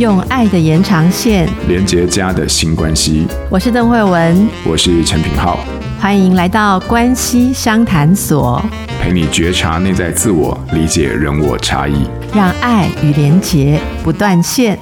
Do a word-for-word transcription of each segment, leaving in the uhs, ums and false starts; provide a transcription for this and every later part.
用爱的延长线连结家的新关系。 我是邓惠文， 我是陈品皓， 欢迎来到关系商谈所， 陪你觉察内在自我，理解人我差异， 让爱与连结不断线。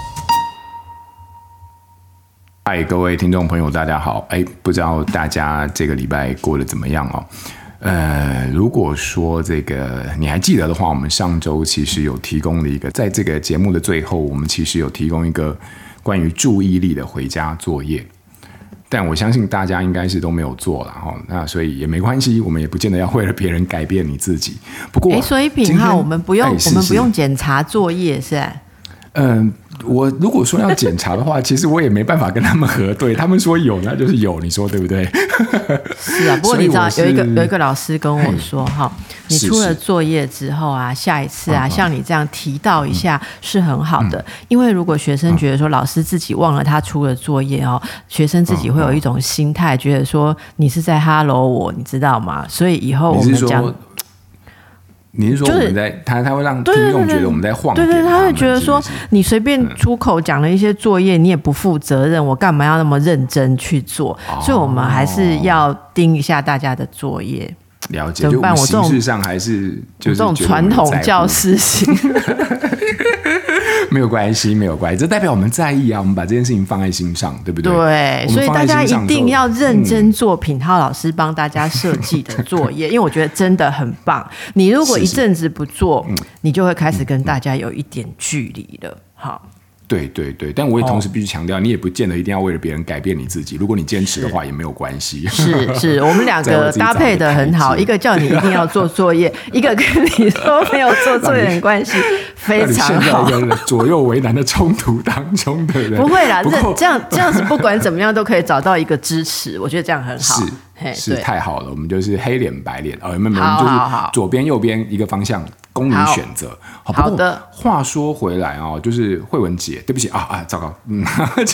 嗨，各位听众朋友，大家好。哎，不知道大家这个礼拜过得怎么样哦？呃，如果说这个你还记得的话，我们上周其实有提供了一个，在这个节目的最后，我们其实有提供一个关于注意力的回家作业。但我相信大家应该是都没有做了哈，那所以也没关系，我们也不见得要为了别人改变你自己。不过， 所以品皓，我们不用，我们不用检查作业是吧？ 嗯，我如果说要检查的话，其实我也没办法跟他们核对。他们说有，那就是有，你说对不对？ 是啊，不过你知道有一个有一个老师跟我说哈，你出了作业之后啊，下一次啊，像你这样提到一下是很好的，嗯、因为如果学生觉得说老师自己忘了他出了作业哦，学生自己会有一种心态，觉得说你是在 hello 我，你知道吗？所以以后我们讲。 你是说我们在、就是、他他会让听众觉得我们在晃点？ 对对，他会觉得说你随便出口讲了一些作业，你也不负责任，我干嘛要那么认真去做？哦、所以我们还是要盯一下大家的作业。 了解，怎么办？我形式上还是就是这种传统教师型。 没有关系，没有关系，这代表我们在意啊，我们把这件事情放在心上，对不对？ 对，所以大家一定要认真做品皓老师帮大家设计的作业，嗯、因为我觉得真的很棒。你如果一阵子不做，是是你就会开始跟大家有一点距离了。好。 对对对，但我也同时必须强调，哦、你也不见得一定要为了别人改变你自己。如果你坚持的话，也没有关系。 是是，我们两个搭配的很好，一个叫你一定要做作业，一个跟你说没有做作业的关系，非常好。 在一个左右为难的冲突当中的人， 不会啦，这样这样子不管怎么样都可以找到一个支持，我觉得这样很好。 是是太好了，我们就是黑脸白脸哦，我们就是左边右边一个方向供你选择。好, 好, 好的。话说回来哦，就是惠文姐，对不起啊啊，糟糕，嗯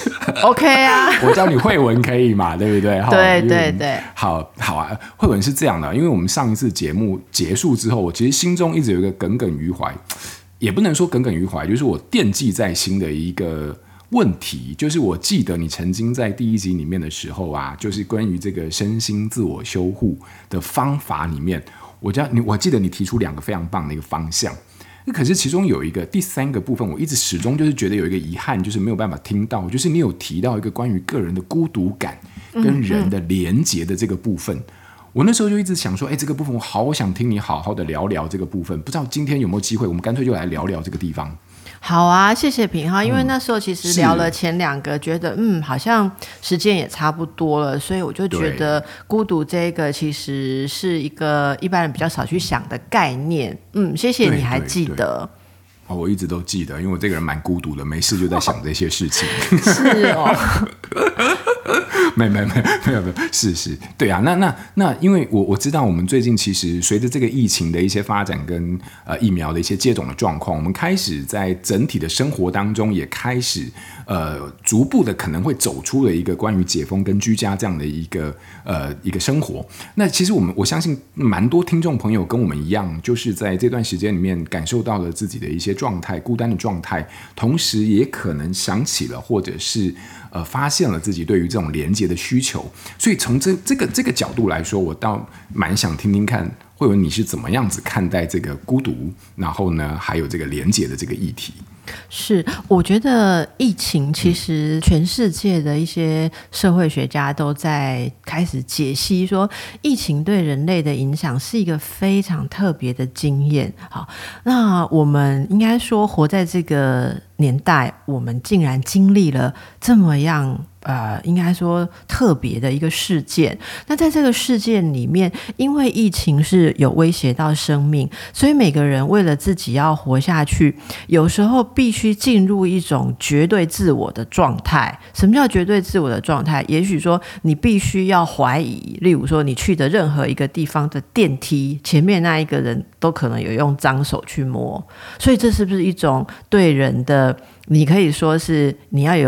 ，OK 啊， 我叫你惠文可以嘛，对不对？ 对对对， 好好啊，惠文是这样的，因为我们上一次节目结束之后，我其实心中一直有一个耿耿于怀，也不能说耿耿于怀，就是我惦记在心的一个问题，就是我记得你曾经在第一集里面的时候啊，就是关于这个身心自我修护的方法里面，我叫你，我记得你提出两个非常棒的一个方向。可是其中有一个第三个部分，我一直始终就是觉得有一个遗憾，就是没有办法听到，就是你有提到一个关于个人的孤独感跟人的连结的这个部分。嗯嗯，我那时候就一直想说，哎，这个部分我好想听你好好的聊聊这个部分，不知道今天有没有机会，我们干脆就来聊聊这个地方。 好啊，谢谢品皓，因为那时候其实聊了前两个，觉得嗯好像时间也差不多了，所以我就觉得孤独这个其实是一个一般人比较少去想的概念。嗯，谢谢你还记得。对对对， 哦，我一直都记得，因为我这个人蛮孤独的，没事就在想这些事情。 是哦。 没没没没有没有，是是，对啊，那那那，因为我我知道我们最近其实随着这个疫情的一些发展跟呃疫苗的一些接种的状况，我们开始在整体的生活当中也开始呃逐步的可能会走出了一个关于解封跟居家这样的一个呃一个生活。那其实我们我相信蛮多听众朋友跟我们一样，就是在这段时间里面感受到了自己的一些状态，孤单的状态，同时也可能想起了或者是呃发现了自己对于这种连结的需求，所以从这这个这个角度来说，我倒蛮想听听看惠文你是怎么样子看待这个孤独，然后呢还有这个连结的这个议题。 是，我觉得疫情其实全世界的一些社会学家都在开始解析说，疫情对人类的影响是一个非常特别的经验。好，那我们应该说活在这个年代，我们竟然经历了这么样呃，应该说特别的一个事件。那在这个事件里面，因为疫情是有威胁到生命，所以每个人为了自己要活下去，有时候必须进入一种绝对自我的状态。什么叫绝对自我的状态？也许说你必须要怀疑，例如说你去的任何一个地方的电梯前面那一个人都可能有用脏手去摸，所以这是不是一种对人的，你可以说是你要有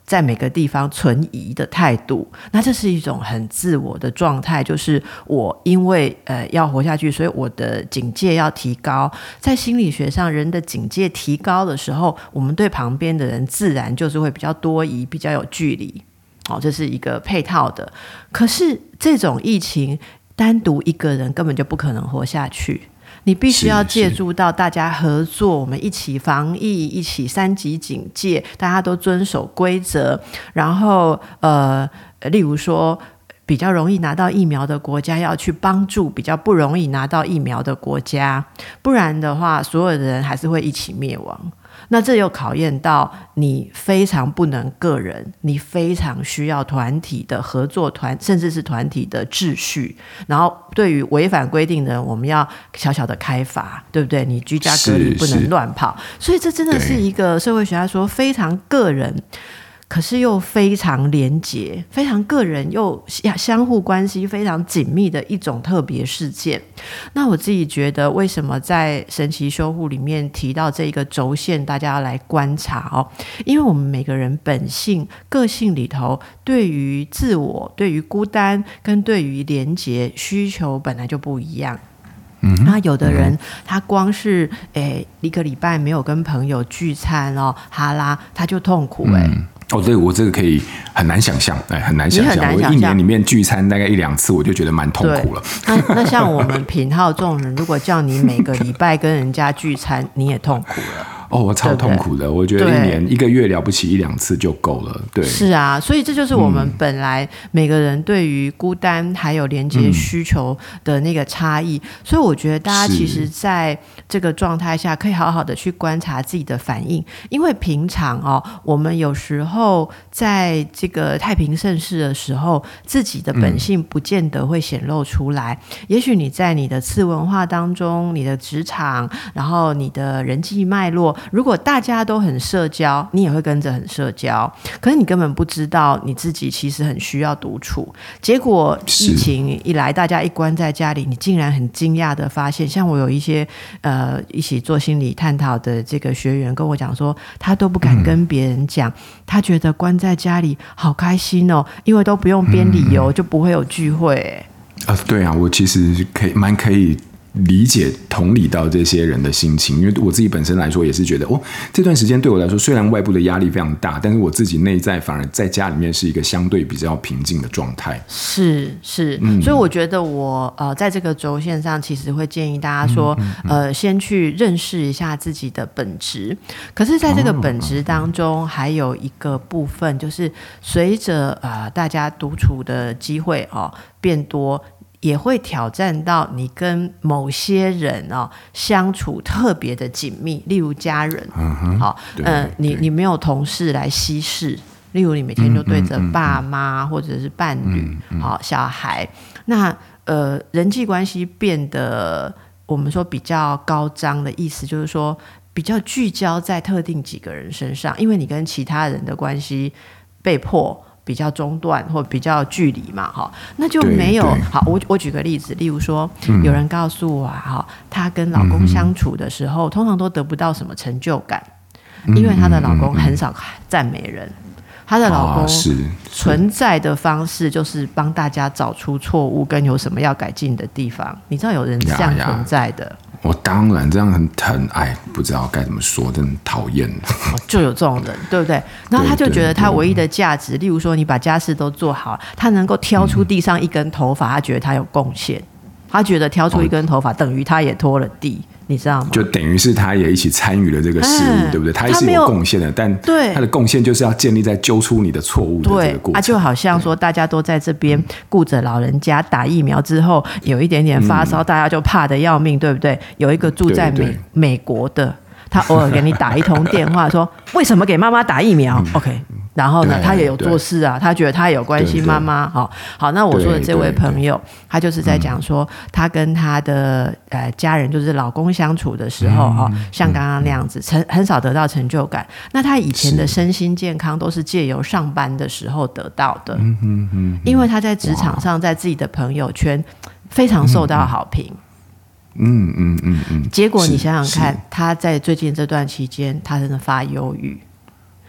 在每个地方存疑的态度，那这是一种很自我的状态，就是我因为呃要活下去，所以我的警戒要提高。在心理学上，人的警戒提高的时候，我们对旁边的人自然就是会比较多疑，比较有距离。哦，这是一个配套的。可是这种疫情，单独一个人根本就不可能活下去。你必须要借助到大家合作，我们一起防疫，一起三级警戒，大家都遵守规则。然后呃，例如说比较容易拿到疫苗的国家要去帮助比较不容易拿到疫苗的国家，不然的话所有的人还是会一起灭亡。那这又考验到你非常不能个人，你非常需要团体的合作团，甚至是团体的秩序。然后对于违反规定的人，我们要小小的开罚，对不对？你居家隔离不能乱跑。所以这真的是一个社会学家说非常个人，可是又非常连结，非常个人又相互关系非常紧密的一种特别事件。那我自己觉得为什么在神奇修护里面提到这一个轴线，大家要来观察哦，因为我们每个人本性个性里头对于自我、对于孤单跟对于连结需求本来就不一样。嗯、那有的人、嗯、他光是诶一个礼拜没有跟朋友聚餐哦，哈拉他就痛苦诶、嗯哦，对，我这个可以很难想象，哎，很难想象。我一年里面聚餐大概一两次，我就觉得蛮痛苦了。 那那像我们品皓这种人，如果叫你每个礼拜跟人家聚餐，你也痛苦了。 哦，我超痛苦的，我觉得一年一个月了不起一两次就够了。对， 是啊，所以这就是我们本来每个人对于孤单还有连接需求的那个差异、嗯、所以我觉得大家其实在这个状态下可以好好的去观察自己的反应，因为平常哦，我们有时候在这个太平盛世的时候，自己的本性不见得会显露出来、嗯、也许你在你的次文化当中，你的职场，然后你的人际脉络，如果大家都很社交，你也会跟着很社交，可是你根本不知道你自己其实很需要独处。结果疫情一来，大家一关在家里，你竟然很惊讶的发现，像我有一些呃一起做心理探讨的这个学员跟我讲说，他都不敢跟别人讲、嗯、他觉得关在家里好开心哦，因为都不用编理由、嗯、就不会有聚会、欸啊、对啊，我其实可以蛮可以理解同理到这些人的心情，因为我自己本身来说也是觉得哦，这段时间对我来说虽然外部的压力非常大，但是我自己内在反而在家里面是一个相对比较平静的状态。 是是、嗯、所以我觉得我呃在这个轴线上其实会建议大家说、嗯嗯嗯、呃先去认识一下自己的本质，可是在这个本质当中、哦、还有一个部分就是随着呃大家独处的机会哦变多，也会挑战到你跟某些人、哦、相处特别的紧密，例如家人、嗯好呃、你, 你没有同事来稀释，例如你每天都对着爸妈、嗯嗯嗯、或者是伴侣、嗯嗯好小孩，那呃人际关系变得我们说比较高张的意思就是说比较聚焦在特定几个人身上，因为你跟其他人的关系被迫比较中断或比较距离嘛，那就没有好。我我举个例子，例如说、嗯、有人告诉我啊，她跟老公相处的时候、嗯、通常都得不到什么成就感、嗯、因为她的老公很少赞美人，她的老公存在的方式就是帮大家找出错误跟有什么要改进的地方。你知道有人这样存在的？呀呀我当然这样很疼，哎，不知道该怎么说，真的很讨厌。 就有这种人，对不对？然后他就觉得他唯一的价值，例如说你把家事都做好，他能够挑出地上一根头发，他觉得他有贡献。他觉得挑出一根头发、哦、等于他也拖了地，你知道吗？就等于是他也一起参与了这个事物、哎、对不对？他也是有贡献的，但他的贡献就是要建立在揪出你的错误的这个过程。对啊， 就好像说大家都在这边顾着老人家打疫苗之后有一点点发烧、嗯、大家就怕得要命，对不对？有一个住在 美, 对对美国的，他偶尔给你打一通电话说为什么给妈妈打疫苗、嗯、OK，然后呢，他也有做事啊，他觉得他也有关心妈妈。好，好，那我说的这位朋友，他就是在讲说，他跟他的呃家人，就是老公相处的时候，哈、嗯，像刚刚那样子，成很少得到成就感。那他以前的身心健康都是借由上班的时候得到的，嗯嗯嗯，因为他在职场上，在自己的朋友圈非常受到好评。 嗯嗯嗯嗯， 结果你想想看，他在最近这段期间，他真的发忧郁。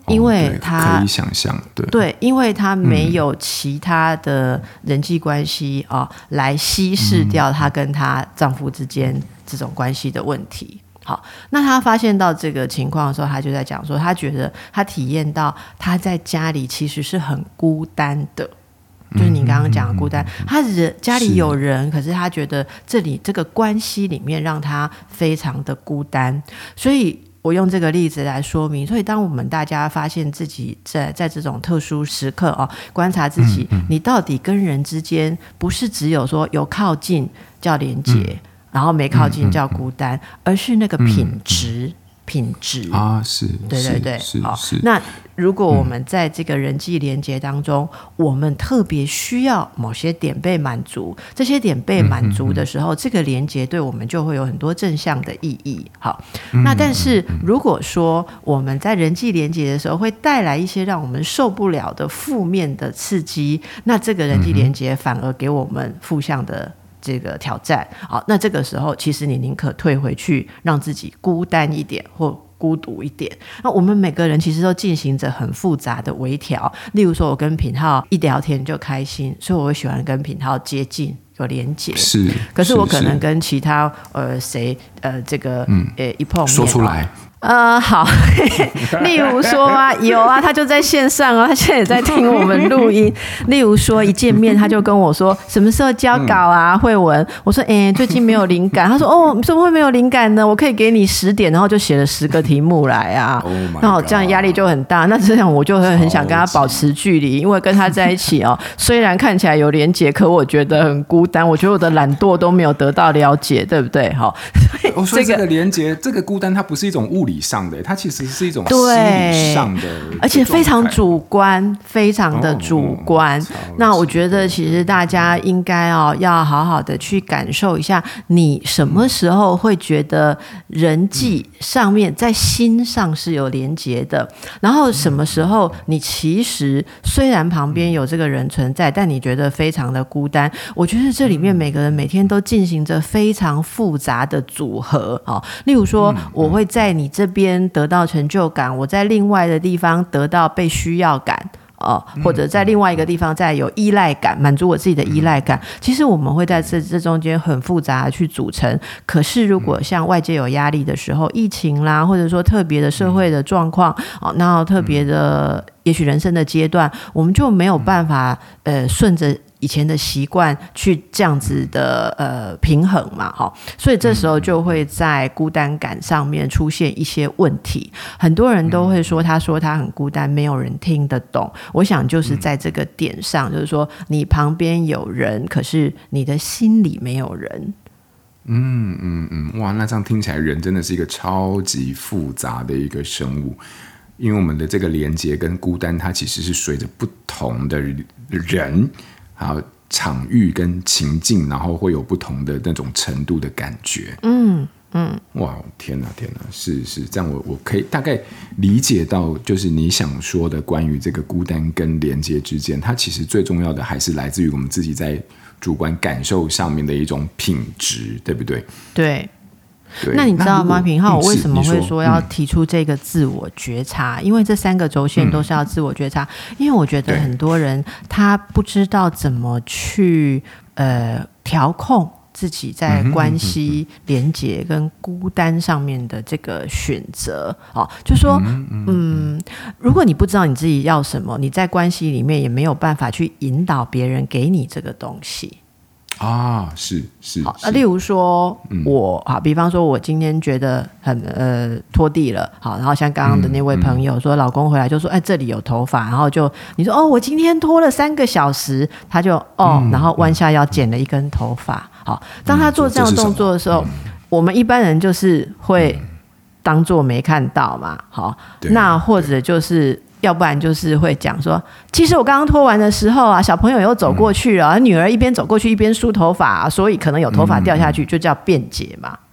因为他、 哦、可以想象，对对，因为他没有其他的人际关系、嗯哦、来稀释掉他跟他丈夫之间这种关系的问题。好，那他发现到这个情况的时候，他就在讲说，他觉得他体验到他在家里其实是很孤单的，就是你刚刚讲的孤单。他人家里有人，可是他觉得这里这个关系里面让他非常的孤单，所以我用这个例子来说明。所以当我们大家发现自己在在这种特殊时刻哦，观察自己，嗯嗯你到底跟人之间不是只有说有靠近叫连结。嗯然后没靠近叫孤单，嗯嗯嗯、而是那个品质，嗯、品质啊，是， 对对对， 是好是。 那如果我们在这个人际连结当中，嗯、我们特别需要某些点被满足，这些点被满足的时候，嗯嗯嗯、这个连结对我们就会有很多正向的意义。好，嗯、那但是如果说我们在人际连结的时候，会带来一些让我们受不了的负面的刺激，那这个人际连结反而给我们负向的。这个挑战，好，那这个时候其实你宁可退回去，让自己孤单一点或孤独一点。那我们每个人其实都进行着很复杂的微调。例如说，我跟品皓一聊天就开心，所以我会喜欢跟品皓接近。有连结是， 可是我可能跟其他呃谁呃这个、嗯、呃一碰面说出来。 呃，好，例如说啊，有啊，他就在线上哦，他现在也在听我们录音。例如说，一见面他就跟我说什么时候交稿啊，嗯、慧文。我说，哎、欸，最近没有灵感。他说，哦，怎么会没有灵感呢？我可以给你十点，然后就写了十个题目来啊。Oh、然后这样压力就很大。那这样我就会很想跟他保持距离，因为跟他在一起哦，虽然看起来有连结，可我觉得很孤单。我觉得我的懒惰都没有得到了解，对不对？好， 我说这个连结，这个孤单，它不是一种物理上的，它其实是一种心理上的， 而且非常主观，非常的主观。哦、那我觉得其实大家应该哦，要好好的去感受一下，你什么时候会觉得人际上面在心上是有连结的，然后什么时候你其实虽然旁边有这个人存在，但你觉得非常的孤单。我觉得这里面每个人每天都进行着非常复杂的组合。哦、例如说，我会在你这边得到成就感，我在另外的地方得到被需要感。哦、或者在另外一个地方再有依赖感，满足我自己的依赖感。其实我们会在这这中间很复杂的去组成。可是如果像外界有压力的时候，疫情啦，或者说特别的社会的状况，哦，那特别的也许人生的阶段，我们就没有办法呃顺着以前的习惯去这样子的呃平衡嘛，齁，所以这时候就会在孤单感上面出现一些问题。很多人都会说，他说他很孤单，没有人听得懂。我想就是在这个点上，就是说你旁边有人，可是你的心里没有人。 嗯嗯嗯，哇，那这样听起来，人真的是一个超级复杂的一个生物。因为我们的这个连结跟孤单，它其实是随着不同的人，还有场域跟情境，然后会有不同的那种程度的感觉。嗯嗯，哇，天哪天哪，是是这样我，我我可以大概理解到，就是你想说的关于这个孤单跟连结之间，它其实最重要的还是来自于我们自己在主观感受上面的一种品质，对不对？ 对。那你知道吗，品皓，我为什么会说要提出这个自我觉察？因为这三个轴线都是要自我觉察。嗯、因为我觉得很多人他不知道怎么去呃调控自己在关系连结跟孤单上面的这个选择。哦，就说嗯，如果你不知道你自己要什么，你在关系里面也没有办法去引导别人给你这个东西。 啊，是是， 好，例如说，嗯、我好，比方说，我今天觉得很呃拖地了，好，然后像刚刚的那位朋友说，嗯嗯、老公回来就说，哎，这里有头发，然后就你说，哦，我今天拖了三个小时，他就哦，嗯、然后弯下腰剪了一根头发，好，当他做这样的动作的时候，嗯、我们一般人就是会当作没看到嘛，好，那或者就是。要不然就是会讲说，其实我刚刚拖完的时候啊，小朋友又走过去了，嗯、女儿一边走过去一边梳头发，啊，所以可能有头发掉下去，嗯、就叫辩解嘛。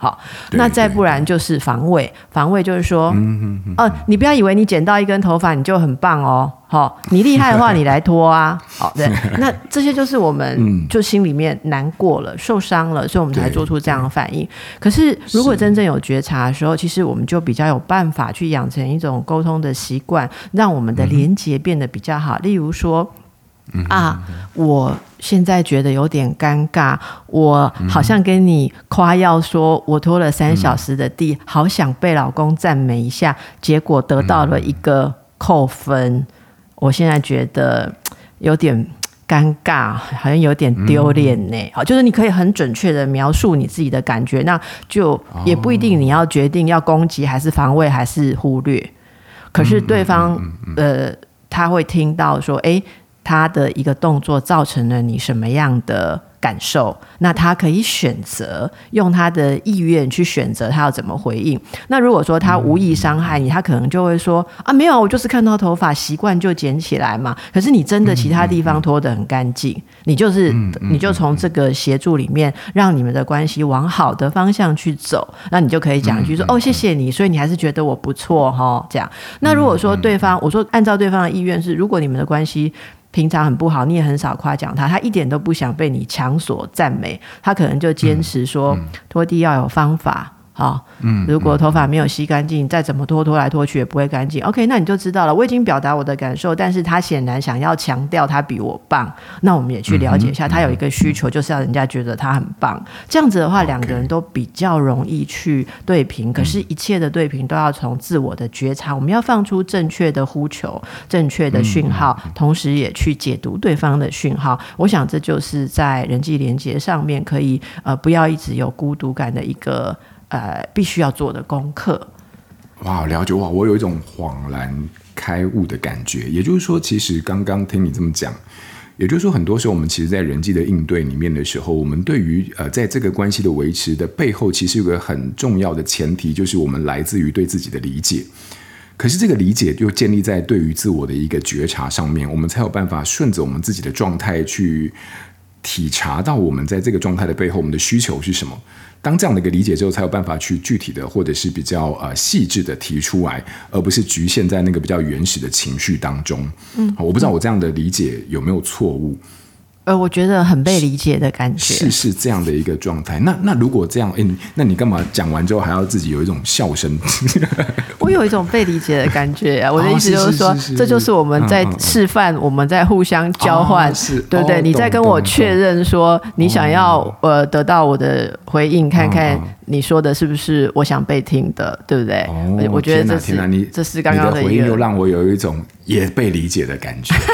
好，那再不然就是防卫，防卫就是说，嗯嗯哦、呃，你不要以为你剪到一根头发你就很棒哦，好、哦，你厉害的话你来脱啊，好，对，那这些就是我们就心里面难过了、受伤了，所以我们才做出这样的反应。可是如果真正有觉察的时候，其实我们就比较有办法去养成一种沟通的习惯，让我们的连结变得比较好。例如说。啊，我现在觉得有点尴尬，我好像跟你夸耀说我拖了三小时的地、嗯、好想被老公赞美一下，结果得到了一个扣分、嗯、我现在觉得有点尴尬，好像有点丢脸呢。好，就是你可以很准确的描述你自己的感觉，那就也不一定你要决定要攻击还是防卫还是忽略，可是对方、嗯嗯嗯、呃，他会听到说，哎，他的一个动作造成了你什么样的感受，那他可以选择用他的意愿去选择他要怎么回应。那如果说他无意伤害你，他可能就会说啊，没有，我就是看到头发习惯就捡起来嘛。可是你真的其他地方拖得很干净，你就是你就从这个协助里面让你们的关系往好的方向去走，那你就可以讲一句说哦，谢谢你，所以你还是觉得我不错齁，这样。那如果说对方，我说按照对方的意愿是，如果你们的关系平常很不好，你也很少夸奖他，他一点都不想被你强所赞美，他可能就坚持说、嗯嗯、拖地要有方法。好，嗯，如果头发没有吸干净，再怎么拖拖来拖去也不会干净。OK， 那你就知道了，我已经表达我的感受，但是他显然想要强调他比我棒，那我们也去了解一下，他有一个需求，就是要人家觉得他很棒。这样子的话，两个人都比较容易去对平。可是，一切的对平都要从自我的觉察，我们要放出正确的呼求、正确的讯号，同时也去解读对方的讯号。我想，这就是在人际连结上面可以呃不要一直有孤独感的一个。呃，必须要做的功课。 哇，了解哇！我有一种恍然开悟的感觉。也就是说，其实刚刚听你这么讲，也就是说，很多时候我们其实，在人际的应对里面的时候，我们对于呃，在这个关系的维持的背后，其实有个很重要的前提，就是我们来自于对自己的理解。可是这个理解就建立在对于自我的一个觉察上面，我们才有办法顺着我们自己的状态去体察到我们在这个状态的背后，我们的需求是什么。当这样的一个理解之后，才有办法去具体的或者是比较呃细致的提出来，而不是局限在那个比较原始的情绪当中。嗯，我不知道我这样的理解有没有错误。 呃，我觉得很被理解的感觉， 是是这样的一个状态。那那如果这样，哎，那你干嘛讲完之后还要自己有一种笑声？ 我有一种被理解的感觉啊！我的意思就是说，哦、是是是是这就是我们在示范，嗯嗯、我们在互相交换，哦、是对不对？哦、你在跟我确认说你想要、哦、呃得到我的回应，看看你说的是不是我想被听的，对不对？哦、我觉得这是天哪，你这是刚刚的一个你的回应，又让我有一种也被理解的感觉。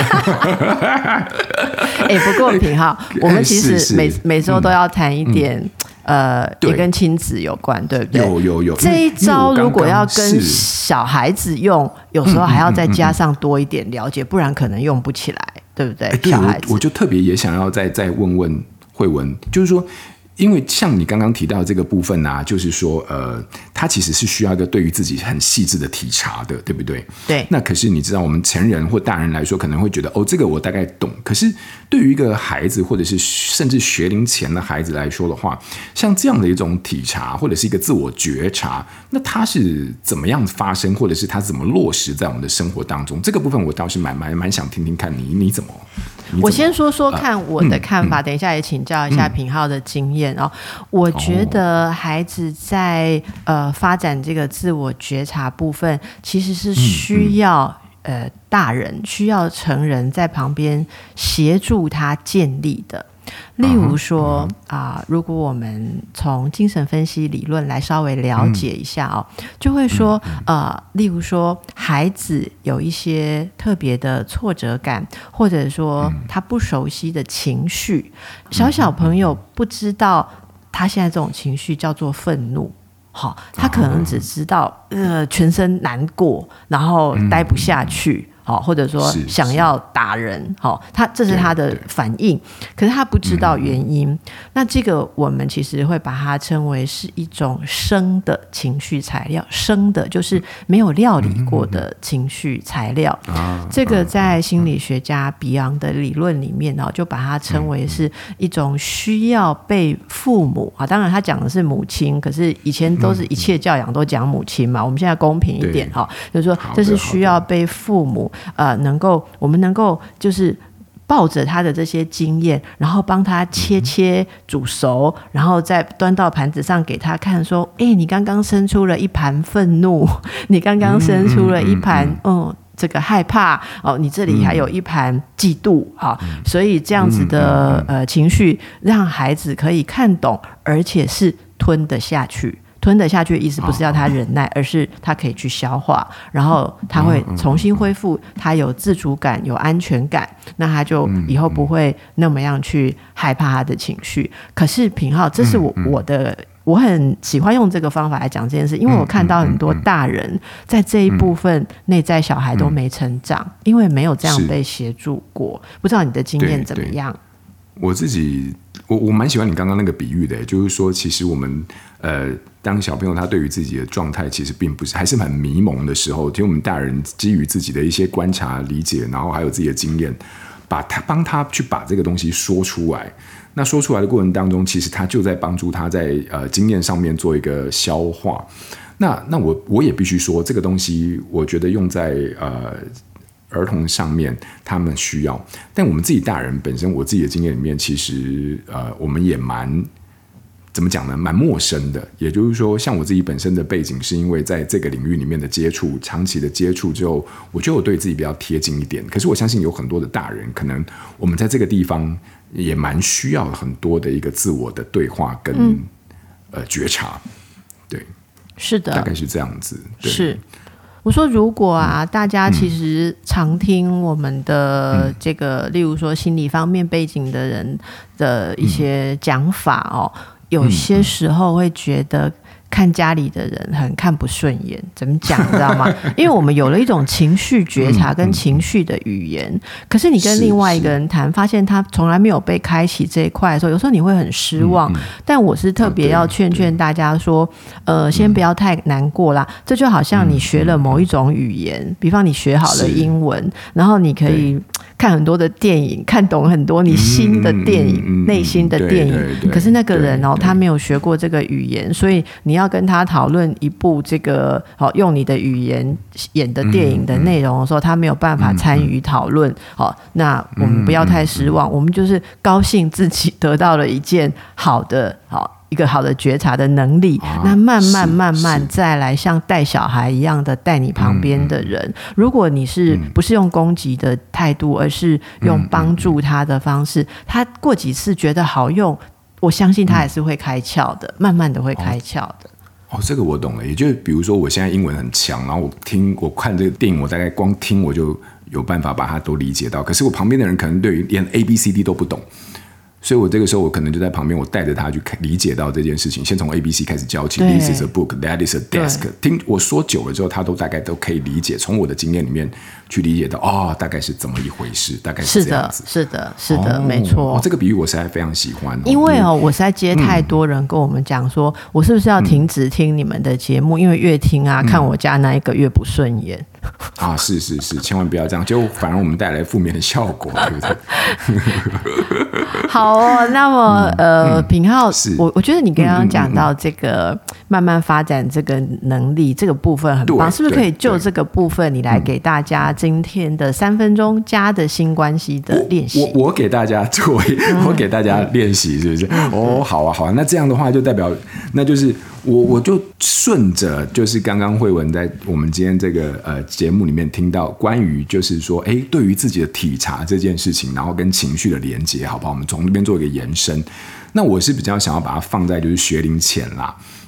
哎、欸，不过品皓，我们其实每每周都要谈一点、嗯，呃，也跟亲子有关，对不对？ 有有有。 这一招如果要跟小孩子用，有时候还要再加上多一点了解，嗯嗯嗯嗯、不然可能用不起来，对不对？ 欸、对，小孩子 我, 我就特别也想要再再问问慧文，就是说。因为像你刚刚提到的这个部分啊，就是说，呃，它其实是需要一个对于自己很细致的体察的，对不对？ 对。 那可是你知道，我们成人或大人来说，可能会觉得，哦，这个我大概懂。可是对于一个孩子，或者是甚至学龄前的孩子来说的话，像这样的一种体察，或者是一个自我觉察，那它是怎么样发生，或者是它怎么落实在我们的生活当中？这个部分我倒是蛮蛮蛮想听听看你你怎么。 我先说说看我的看法，呃嗯、等一下也请教一下品皓的经验哦。嗯、我觉得孩子在呃发展这个自我觉察部分，其实是需要、嗯嗯、呃大人需要成人在旁边协助他建立的。例如说啊、呃，如果我们从精神分析理论来稍微了解一下哦，嗯、就会说呃，例如说孩子有一些特别的挫折感，或者说他不熟悉的情绪，小小朋友不知道他现在这种情绪叫做愤怒。好，他可能只知道呃全身难过，然后待不下去。 好，或者说想要打人，好，他这是他的反应，可是他不知道原因。嗯、那这个我们其实会把它称为是一种生的情绪材料，生的就是没有料理过的情绪材料。嗯、这个在心理学家比昂的理论里面，就把它称为是一种需要被父母啊，当然他讲的是母亲，可是以前都是一切教养都讲母亲嘛，我们现在公平一点哈，就是说这是需要被父母呃能够我们能够就是抱着他的这些经验，然后帮他切切煮熟，然后再端到盘子上给他看，说：“哎，你刚刚生出了一盘愤怒，你刚刚生出了一盘嗯。嗯这个害怕哦，你这里还有一盘嫉妒哈、嗯哦，所以这样子的、嗯、呃情绪，让孩子可以看懂，而且是吞得下去。吞得下去的意思不是要他忍耐，而是他可以去消化，然后他会重新恢复，他有自主感，有安全感，那他就以后不会那么样去害怕他的情绪。可是品皓，这是我我的。我很喜欢用这个方法来讲这件事，因为我看到很多大人在这一部分内在小孩都没成长，因为没有这样被协助过。不知道你的经验怎么样？ 我自己，我我蛮喜欢你刚刚那个比喻的，就是说，其实我们呃，当小朋友他对于自己的状态其实并不是还是很迷蒙的时候，其实我们大人基于自己的一些观察、理解，然后还有自己的经验，把他帮他去把这个东西说出来。那说出来的过程当中，其实他就在帮助他在呃经验上面做一个消化。那那我我也必须说，这个东西我觉得用在呃儿童上面，他们需要。但我们自己大人本身，我自己的经验里面，其实呃我们也蛮怎么讲呢？蛮陌生的。也就是说，像我自己本身的背景，是因为在这个领域里面的接触，长期的接触之后，我觉得我对自己比较贴近一点。可是我相信有很多的大人，可能我们在这个地方。也蛮需要很多的一个自我的对话跟、嗯呃、觉察，对， 是的， 大概是这样子。对是，我说如果啊，嗯、大家其实常听我们的这个，嗯、例如说心理方面背景的人的一些讲法哦，嗯、有些时候会觉得。看家里的人很看不顺眼，怎么讲，你知道吗？因为我们有了一种情绪觉察跟情绪的语言，嗯嗯、可是你跟另外一个人谈，发现他从来没有被开启这一块的时候，有时候你会很失望。嗯嗯、但我是特别要劝劝大家说，呃，先不要太难过啦。这就好像你学了某一种语言，嗯、比方你学好了英文，然后你可以看很多的电影，看懂很多你新的电影、嗯、内心的电影。可是那个人哦，他没有学过这个语言，所以你要跟他讨论一部这个、哦、用你的语言演的电影的内容的时候，他没有办法参与讨论、哦、那我们不要太失望、嗯、我们就是高兴自己得到了一件好的、哦、一个好的觉察的能力、啊、那慢慢慢慢再来像带小孩一样的带你旁边的人、嗯、如果你是不是用攻击的态度，而是用帮助他的方式、嗯、他过几次觉得好用，我相信他也是会开窍的、嗯、慢慢的会开窍的。 哦，这个我懂了。也就是比如说我现在英文很强，然后我听我看这个电影，我大概光听我就有办法把它都理解到，可是我旁边的人可能对于连 A B C D 都不懂，所以我这个时候我可能就在旁边，我带着他去理解到这件事情，先从 A B C 开始教起。 This is a book, that is a desk。 听我说久了之后，他都大概都可以理解，从我的经验里面去理解到哦，大概是怎么一回事，大概是这样子。 是的，是的，是的、哦、没错、 哦、这个比喻我实在非常喜欢、哦、 因为哦，我实在接太多人跟我们讲说、嗯、我是不是要停止听你们的节目、嗯、因为越听啊、嗯、看我家那一个越不顺眼啊，是是是，千万不要这样，就反而我们带来负面的效果，对不对？ 好哦，那么、嗯、呃，品皓，我我觉得你刚刚讲到这个慢慢发展这个能力，这个部分很棒，是不是可以就这个部分，你来给大家今天的三分钟家的新关系的练习？ 我 我, 我给大家做，我给大家练习，是不是？嗯、哦，好啊，好啊，那这样的话就代表，那就是我我就顺着，就是刚刚慧文在我们今天这个呃节目里面听到关于就是说，哎，对于自己的体察这件事情，然后跟情绪的连接，好不好？我们从那边做一个延伸。那我是比较想要把它放在就是学龄前啦。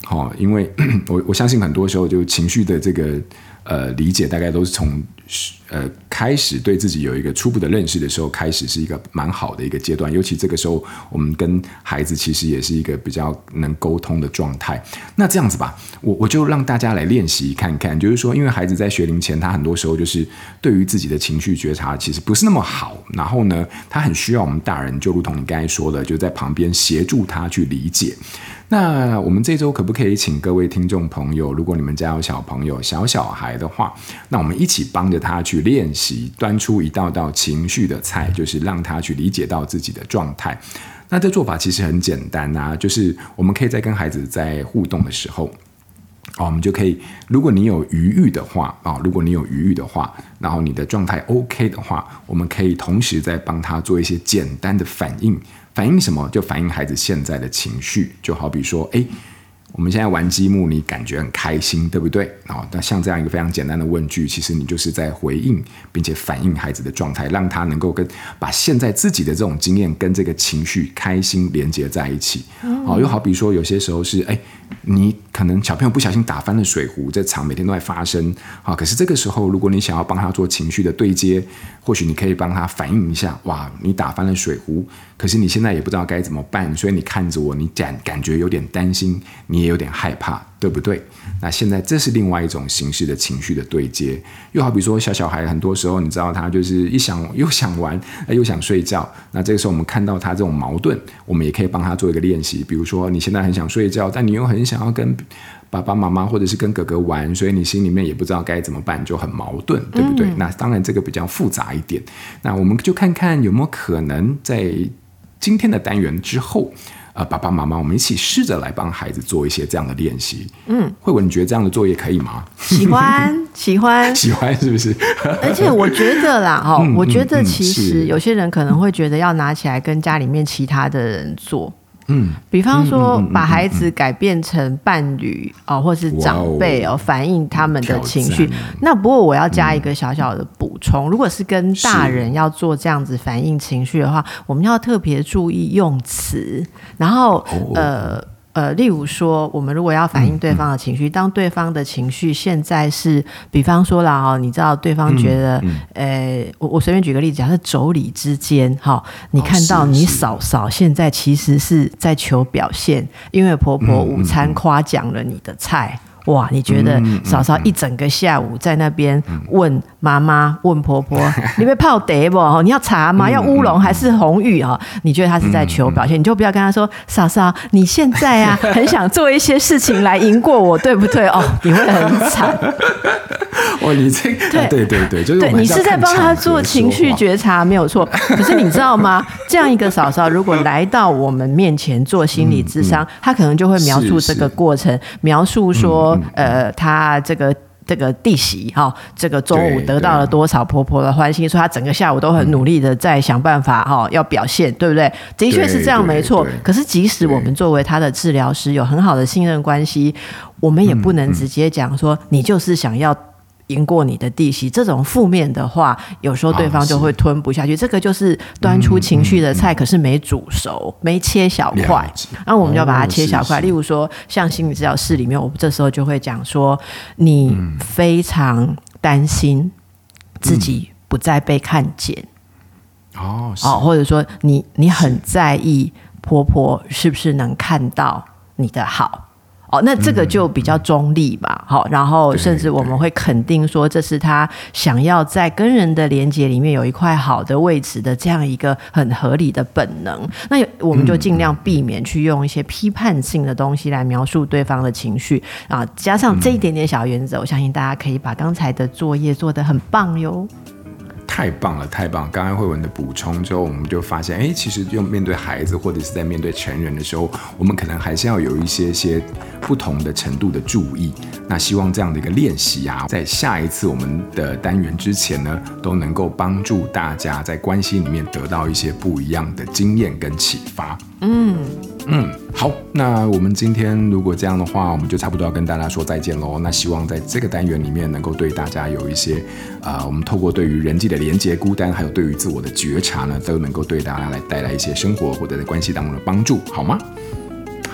哦，因为我我相信很多时候就情绪的这个呃理解，大概都是从呃开始对自己有一个初步的认识的时候开始，是一个蛮好的一个阶段。尤其这个时候，我们跟孩子其实也是一个比较能沟通的状态。那这样子吧，我我就让大家来练习看看，就是说，因为孩子在学龄前，他很多时候就是对于自己的情绪觉察其实不是那么好，然后呢，他很需要我们大人，就如同你刚才说的，就在旁边协助他去理解。那我们这周可不可以请各位听众朋友，如果你们家有小朋友、小小孩的话，那我们一起帮着他去练习，端出一道道情绪的菜，就是让他去理解到自己的状态。那这做法其实很简单啊，就是我们可以在跟孩子在互动的时候，哦，我们就可以，如果你有余裕的话，哦，如果你有余裕的话，然后你的状态 OK 的话，我们可以同时再帮他做一些简单的反应。反映什么？就反映孩子现在的情绪，就好比说，哎，我们现在玩积木，你感觉很开心，对不对？哦，那像这样一个非常简单的问句，其实你就是在回应，并且反映孩子的状态，让他能够跟把现在自己的这种经验跟这个情绪开心连接在一起。嗯、哦，又好比说，有些时候是，哎，你可能小朋友不小心打翻了水壶，这场每天都在发生。好，可是这个时候，如果你想要帮他做情绪的对接，或许你可以帮他反映一下，哇，你打翻了水壶，可是你现在也不知道该怎么办，所以你看着我，你感感觉有点担心，你也有点害怕，对不对？那现在这是另外一种形式的情绪的对接。又好比说小小孩，很多时候你知道他就是一想又想玩又想睡觉，那这个时候我们看到他这种矛盾，我们也可以帮他做一个练习。比如说你现在很想睡觉，但你又很想要跟爸爸妈妈或者是跟哥哥玩，所以你心里面也不知道该怎么办，就很矛盾，对不对？嗯、那当然这个比较复杂一点。那我们就看看有没有可能在今天的单元之后，呃，爸爸妈妈我们一起试着来帮孩子做一些这样的练习。嗯，慧文，你觉得这样的作业可以吗？ 喜欢，喜欢， 喜欢，是不是？ 而且我觉得啦，哈、嗯，我觉得其实有些人可能会觉得要拿起来跟家里面其他的人做。嗯，比方说把孩子改变成伴侣、哦、或是长辈、哦、反映他们的情绪。那不过我要加一个小小的补充、嗯、如果是跟大人要做这样子反映情绪的话，我们要特别注意用词，然后、哦、呃呃，例如说我们如果要反映对方的情绪、嗯、当对方的情绪现在是比方说啦、哦、你知道对方觉得、嗯嗯、呃，我我随便举个例子，假设妯娌之间、哦、你看到你嫂嫂现在其实是在求表现，因为婆婆午餐夸奖了你的菜、嗯嗯嗯，哇，你觉得嫂嫂一整个下午在那边问妈妈、问婆婆，你被泡茶不？你要茶吗？要乌龙还是红玉？你觉得他是在求表现，你就不要跟他说，嫂嫂，你现在啊很想做一些事情来赢过我，对不对？哦，你会很惨。 哦，你这对、啊、对对对，就是对你是在帮他做情绪觉察，没有错。可是你知道吗？这样一个嫂嫂如果来到我们面前做心理諮商、嗯嗯，他可能就会描述这个过程，描述说，嗯嗯、呃，他这个。这个弟媳哈、哦，这个中午得到了多少婆婆的欢心，说她整个下午都很努力的在想办法哈、哦，要表现，对不对？的确是这样，没错。可是即使我们作为他的治疗师，有很好的信任关系，我们也不能直接讲说、嗯嗯、你就是想要赢过你的弟媳，这种负面的话，有时候对方就会吞不下去。这个就是端出情绪的菜，嗯嗯嗯、可是没煮熟，没切小块，然后我们就要把它切小块。哦、例如说，像心理治疗室里面，我们这时候就会讲说，你非常担心自己不再被看见，嗯、哦, 哦，或者说你你很在意婆婆是不是能看到你的好。哦，那这个就比较中立吧，好、嗯，然后甚至我们会肯定说，这是他想要在跟人的连结里面有一块好的位置的这样一个很合理的本能。那我们就尽量避免去用一些批判性的东西来描述对方的情绪啊，加上这一点点小原则，我相信大家可以把刚才的作业做得很棒哟。 太棒了，太棒了！刚刚慧文的补充之后，我们就发现，哎，其实用面对孩子或者是在面对成人的时候，我们可能还是要有一些些不同的程度的注意。那希望这样的一个练习啊，在下一次我们的单元之前呢，都能够帮助大家在关系里面得到一些不一样的经验跟启发。嗯嗯，好，那我们今天如果这样的话，我们就差不多要跟大家说再见咯。那希望在这个单元里面能够对大家有一些呃，我们透过对于人际的连结、孤单，还有对于自我的觉察呢，都能够对大家来带来一些生活或者在关系当中的帮助，好吗？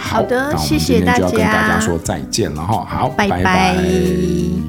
好好的， 那我们谢谢今天就要跟大家大家说再见了哈。好， 拜拜拜